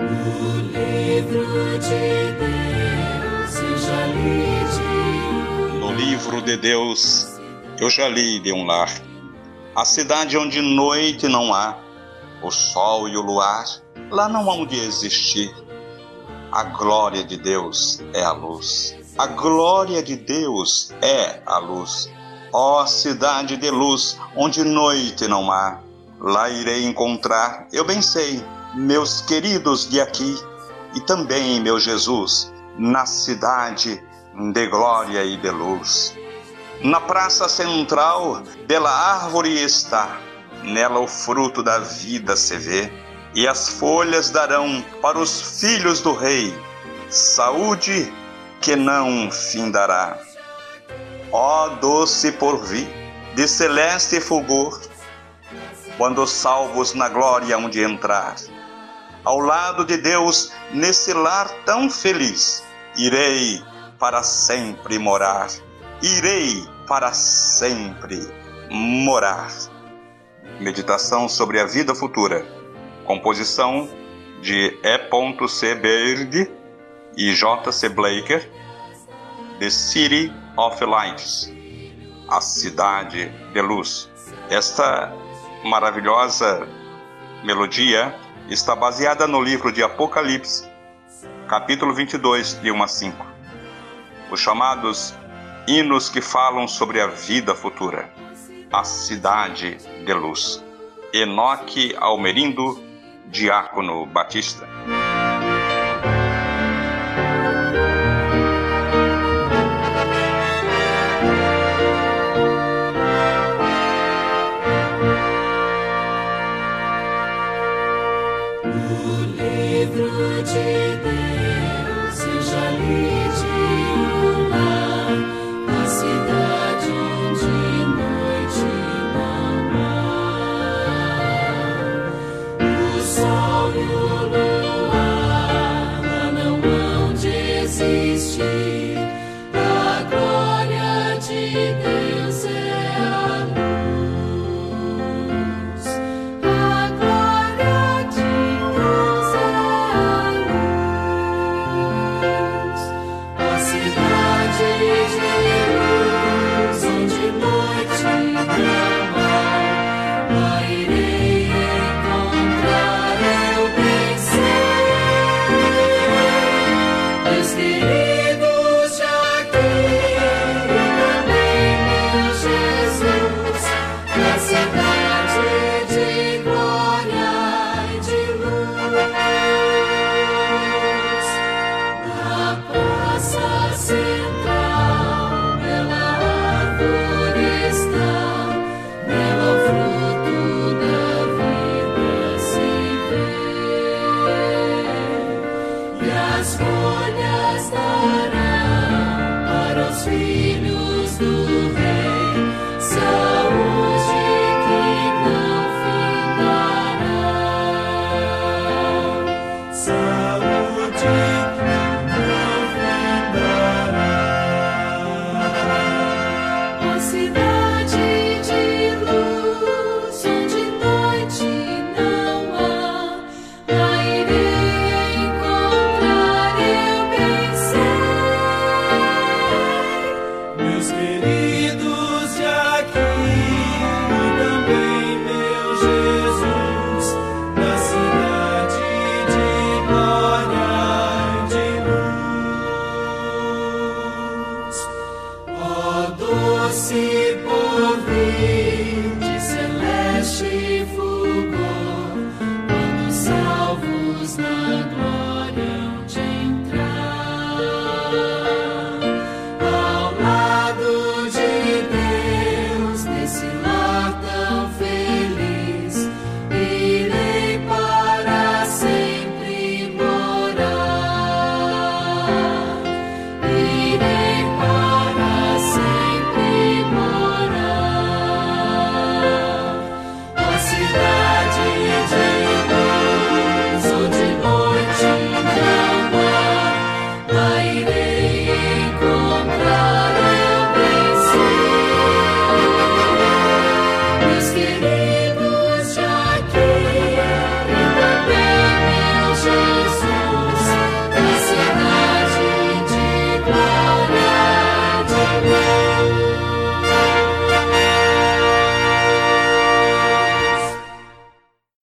O livro de Deus eu já li No livro de Deus eu já li de um lar, a cidade onde noite não há, o sol e o luar lá não hão de existir. A glória de Deus é a luz, a glória de Deus é a luz. Ó cidade de luz, onde noite não há, lá irei encontrar, eu bem sei, meus queridos de aqui, e também meu Jesus, na cidade de glória e de luz. Na praça central dela árvore está, nela o fruto da vida se vê, e as folhas darão para os filhos do rei saúde que não findará. Ó doce porvir de celeste fulgor, quando os salvos na glória hão de entrar, ao lado de Deus nesse lar tão feliz, irei para sempre morar, irei para sempre morar. Meditação sobre a vida futura. Composição de E.C. Berg e J.C. Blaker. The City of Lights, a cidade de luz. Esta maravilhosa melodia está baseada no livro de Apocalipse, capítulo 22, de 1 a 5. Os chamados hinos que falam sobre a vida futura. A cidade de luz. Enoque Almerindo, Diácono Batista. O livro de Deus eu já li de um lar, a cidade onde noite não há. O sol e o luar lá não hão de existir. A glória de Deus é a luz. A glória de Deus é a luz. A cidade de luz, onde noite não há, lá irei encontrar, eu bem sei. Meus queridos de aqui, e também meu Jesus, na cidade de glória e de luz. Na praça central, bela árvore está, nela o fruto da vida se vê, e as folhas darão para os filhos do rei saúde que não findará. Saúde que não findará. A cidade de luz, onde noite não há, lá irei encontrar, eu bem sei. Meus queridos de aqui, e também meu Jesus, na cidade de glória e de luz. Ó doce porvir de celeste fulgor, quando salvos na glória